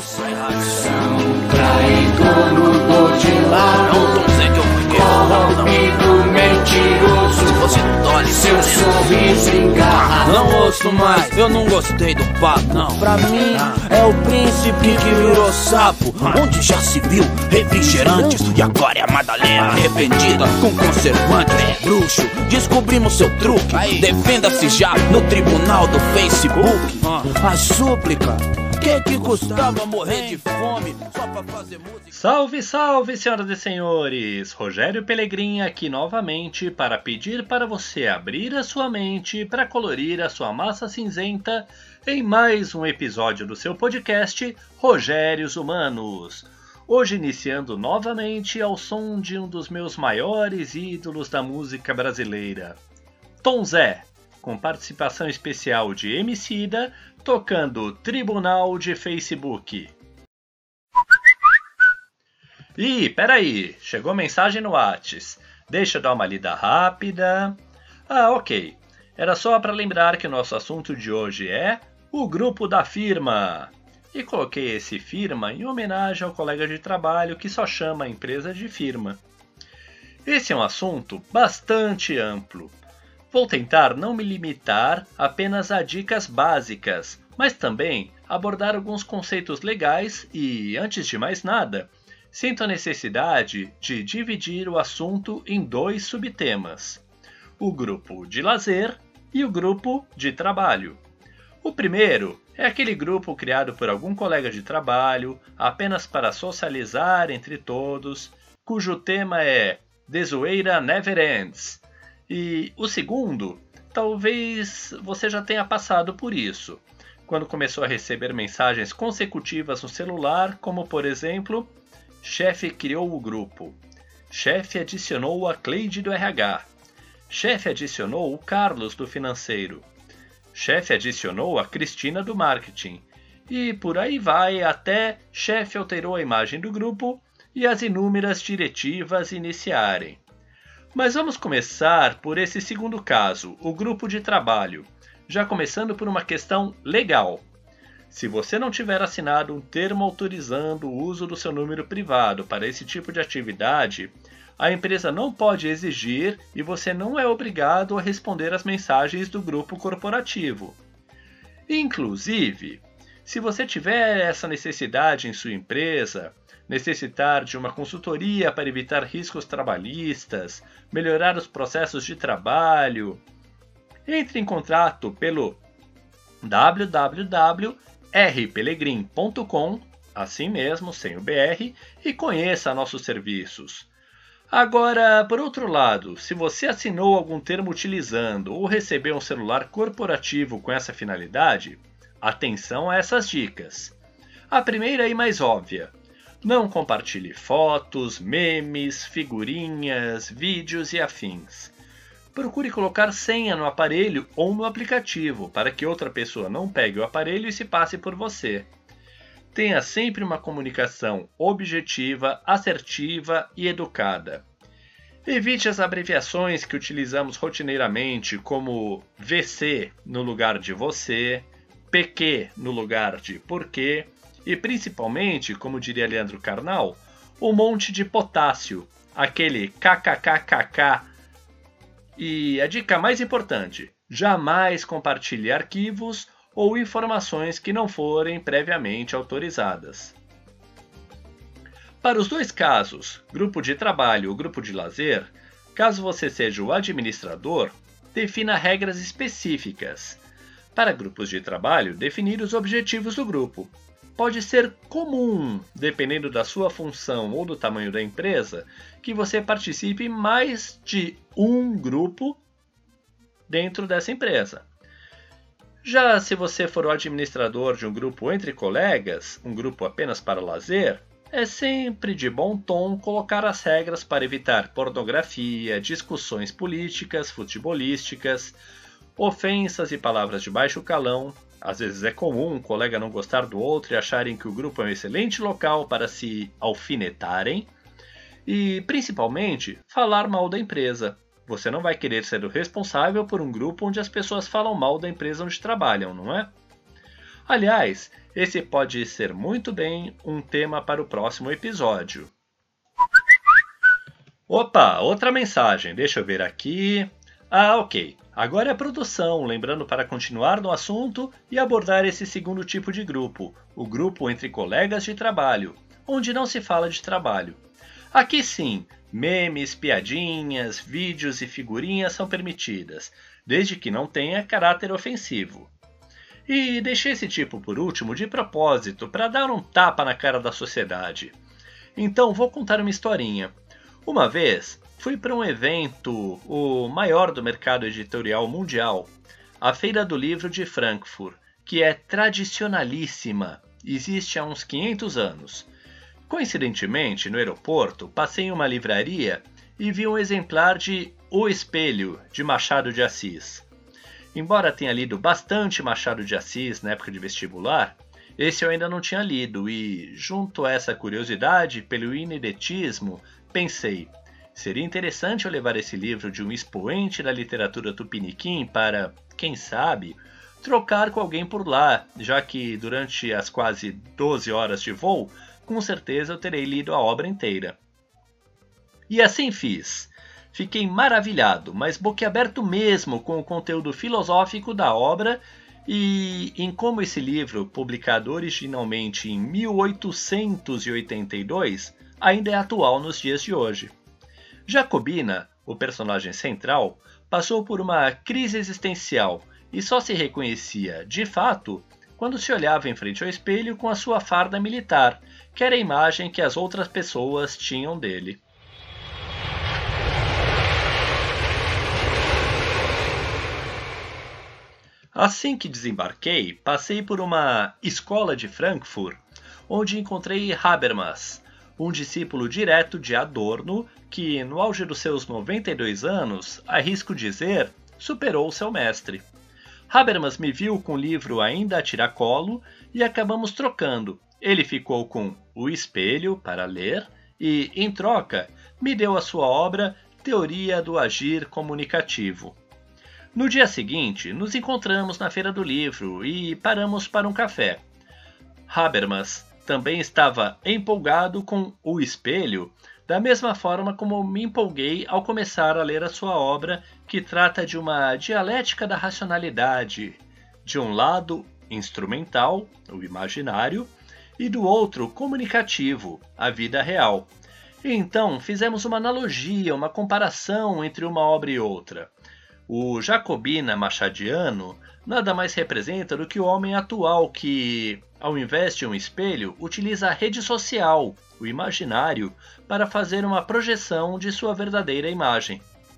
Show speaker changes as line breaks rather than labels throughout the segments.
São traidor, mudou de lado.
Não tô dizendo que eu fui
corrompido, mentiroso.
Se fosse no Dolly,
seu sorriso engarrado.
não ouço mais, eu não gostei do papo, não.
Pra mim é o príncipe que virou sapo.
Onde já se viu refrigerantes e agora é a Madalena arrependida com conservantes. Bruxo, descobrimos seu truque. Defenda-se já no tribunal do Facebook. A súplica, que custava morrer de fome só pra fazer música?
Salve, salve, senhoras e senhores! Rogério Pelegrin aqui novamente para pedir para você abrir a sua mente para colorir a sua massa cinzenta em mais um episódio do seu podcast Rogérios Humanos. Hoje iniciando novamente ao som de um dos meus maiores ídolos da música brasileira, Tom Zé, com participação especial de Emicida, tocando Tribunal de Facebook. Ih, peraí, chegou mensagem no Whats. Deixa eu dar uma lida rápida. Ok. Era só para lembrar que o nosso assunto de hoje é o grupo da firma. E coloquei esse firma em homenagem ao colega de trabalho que só chama a empresa de firma. Esse é um assunto bastante amplo. Vou tentar não me limitar apenas a dicas básicas, mas também abordar alguns conceitos legais e, antes de mais nada, sinto a necessidade de dividir o assunto em dois subtemas: o grupo de lazer e o grupo de trabalho. O primeiro é aquele grupo criado por algum colega de trabalho apenas para socializar entre todos, cujo tema é The Zoeira Never Ends. E o segundo, talvez você já tenha passado por isso, quando começou a receber mensagens consecutivas no celular, como por exemplo: chefe criou o grupo, chefe adicionou a Cleide do RH, chefe adicionou o Carlos do financeiro, chefe adicionou a Cristina do marketing, e por aí vai até chefe alterou a imagem do grupo e as inúmeras diretivas iniciarem. Mas vamos começar por esse segundo caso, o grupo de trabalho, já começando por uma questão legal. Se você não tiver assinado um termo autorizando o uso do seu número privado para esse tipo de atividade, a empresa não pode exigir e você não é obrigado a responder às mensagens do grupo corporativo. Inclusive, se você tiver essa necessidade em sua empresa, necessitar de uma consultoria para evitar riscos trabalhistas, melhorar os processos de trabalho, entre em contato pelo www.rpelegrin.com, assim mesmo, sem o BR, e conheça nossos serviços. Agora, por outro lado, se você assinou algum termo utilizando ou recebeu um celular corporativo com essa finalidade, atenção a essas dicas. A primeira e mais óbvia: não compartilhe fotos, memes, figurinhas, vídeos e afins. Procure colocar senha no aparelho ou no aplicativo para que outra pessoa não pegue o aparelho e se passe por você. Tenha sempre uma comunicação objetiva, assertiva e educada. Evite as abreviações que utilizamos rotineiramente, como VC no lugar de você, PQ no lugar de porquê, e principalmente, como diria Leandro Carnal, um monte de potássio, aquele kkkk. E a dica mais importante: jamais compartilhe arquivos ou informações que não forem previamente autorizadas. Para os dois casos, grupo de trabalho ou grupo de lazer, caso você seja o administrador, defina regras específicas. Para grupos de trabalho, definir os objetivos do grupo. Pode ser comum, dependendo da sua função ou do tamanho da empresa, que você participe em mais de um grupo dentro dessa empresa. Já se você for o administrador de um grupo entre colegas, um grupo apenas para lazer, é sempre de bom tom colocar as regras para evitar pornografia, discussões políticas, futebolísticas, ofensas e palavras de baixo calão. Às vezes é comum um colega não gostar do outro e acharem que o grupo é um excelente local para se alfinetarem. E, principalmente, falar mal da empresa. Você não vai querer ser o responsável por um grupo onde as pessoas falam mal da empresa onde trabalham, não é? Aliás, Esse pode ser muito bem um tema para o próximo episódio. Opa, outra mensagem, deixa eu ver aqui. Ok. Agora é a produção, lembrando para continuar no assunto e abordar esse segundo tipo de grupo, o grupo entre colegas de trabalho, onde não se fala de trabalho. Aqui sim, memes, piadinhas, vídeos e figurinhas são permitidas, desde que não tenha caráter ofensivo. E deixei esse tipo por último de propósito, para dar um tapa na cara da sociedade. Então vou contar uma historinha. Uma vez, fui para um evento, o maior do mercado editorial mundial, a Feira do Livro de Frankfurt, que é tradicionalíssima, existe há uns 500 anos. Coincidentemente, no aeroporto, passei em uma livraria e vi um exemplar de O Espelho, de Machado de Assis. Embora tenha lido bastante Machado de Assis na época de vestibular, esse eu ainda não tinha lido e, junto a essa curiosidade pelo inedetismo, pensei, seria interessante eu levar esse livro de um expoente da literatura tupiniquim para, quem sabe, trocar com alguém por lá, já que durante as quase 12 horas de voo, com certeza eu terei lido a obra inteira. E assim fiz. Fiquei maravilhado, mas boquiaberto mesmo com o conteúdo filosófico da obra e em como esse livro, publicado originalmente em 1882, ainda é atual nos dias de hoje. Jacobina, o personagem central, passou por uma crise existencial e só se reconhecia, de fato, quando se olhava em frente ao espelho com a sua farda militar, que era a imagem que as outras pessoas tinham dele. Assim que desembarquei, passei por uma escola de Frankfurt, onde encontrei Habermas, um discípulo direto de Adorno que, no auge dos seus 92 anos, arrisco dizer, superou seu mestre. Habermas me viu com o livro ainda a tiracolo e acabamos trocando. Ele ficou com O Espelho para ler e, em troca, me deu a sua obra Teoria do Agir Comunicativo. No dia seguinte, nos encontramos na Feira do Livro e paramos para um café. Habermas também estava empolgado com O Espelho, da mesma forma como me empolguei ao começar a ler a sua obra, que trata de uma dialética da racionalidade, de um lado instrumental, o imaginário, e do outro comunicativo, a vida real. E então fizemos uma analogia, uma comparação entre uma obra e outra. O Jacobina machadiano nada mais representa do que o homem atual que, ao invés de um espelho, utiliza a rede social, o imaginário, para fazer uma projeção de sua verdadeira imagem.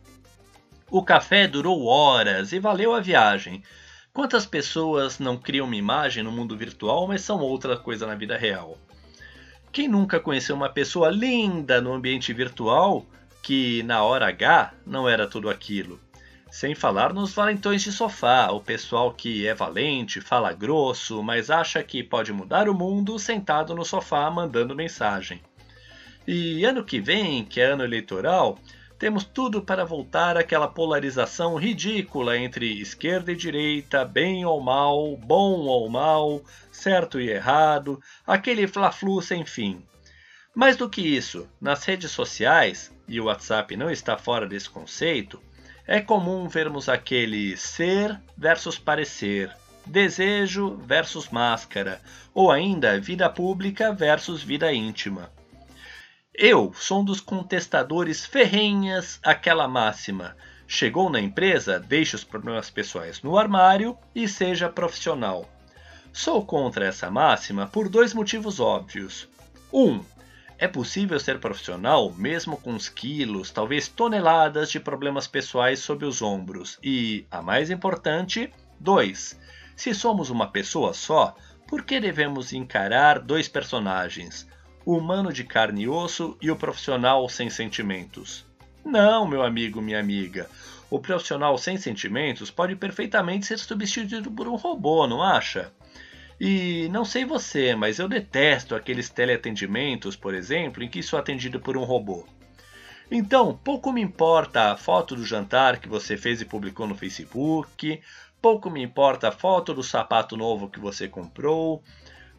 O café durou horas e valeu a viagem. Quantas pessoas não criam uma imagem no mundo virtual, mas são outra coisa na vida real? Quem nunca conheceu uma pessoa linda no ambiente virtual que, na hora H, não era tudo aquilo? Sem falar nos valentões de sofá, o pessoal que é valente, fala grosso, mas acha que pode mudar o mundo sentado no sofá mandando mensagem. E ano que vem, que é ano eleitoral, temos tudo para voltar àquela polarização ridícula entre esquerda e direita, bem ou mal, bom ou mal, certo e errado, aquele fla-flu sem fim. Mais do que isso, nas redes sociais, e o WhatsApp não está fora desse conceito, é comum vermos aquele ser versus parecer, desejo versus máscara, ou ainda vida pública versus vida íntima. Eu sou um dos contestadores ferrenhas àquela máxima. Chegou na empresa, deixe os problemas pessoais no armário e seja profissional. Sou contra essa máxima por dois motivos óbvios. 1. É possível ser profissional mesmo com uns quilos, talvez toneladas de problemas pessoais sob os ombros. E, a mais importante, 2. Se somos uma pessoa só, por que devemos encarar dois personagens? O humano de carne e osso e o profissional sem sentimentos? Não, meu amigo, minha amiga. O profissional sem sentimentos pode perfeitamente ser substituído por um robô, não acha? E não sei você, mas eu detesto aqueles teleatendimentos, por exemplo, em que sou atendido por um robô. Então, pouco me importa a foto do jantar que você fez e publicou no Facebook, pouco me importa a foto do sapato novo que você comprou,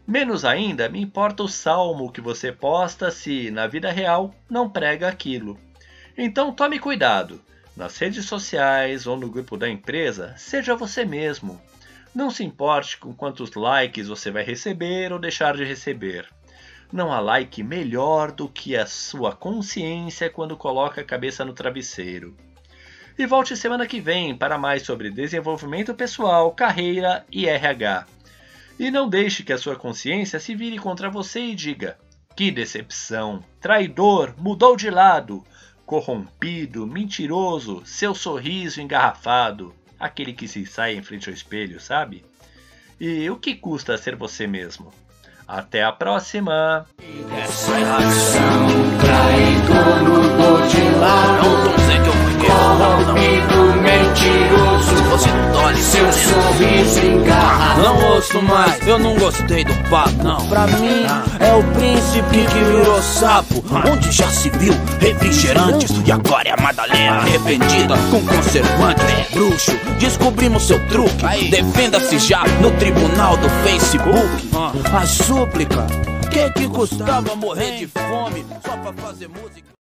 Menos ainda me importa o salmo que você posta se, na vida real, não prega aquilo. Então tome cuidado. Nas redes sociais ou no grupo da empresa, seja você mesmo. Não se importe com quantos likes você vai receber ou deixar de receber. Não há like melhor do que a sua consciência quando coloca a cabeça no travesseiro. E volte semana que vem para mais sobre desenvolvimento pessoal, carreira e RH. E não deixe que a sua consciência se vire contra você e diga: que decepção, traidor, mudou de lado, corrompido, mentiroso, seu sorriso engarrafado, aquele que se sai em frente ao espelho, sabe? E o que custa ser você mesmo? Até a próxima!
Essa reação,
Traidor mudou de
não
lado,
tô dizendo que eu fui mesmo, não.
corrompido, mentiroso,
Se você não dole,
seu sorriso engarrafado.
não ouço mais, eu não gostei do papo, não.
Pra mim é o príncipe que virou sapo.
Onde já se viu refrigerantes e agora é a Madalena arrependida com conservante, bruxo. Descobrimos seu truque, defenda-se já no tribunal do Facebook.
A súplica
Que custava morrer de fome só pra fazer música?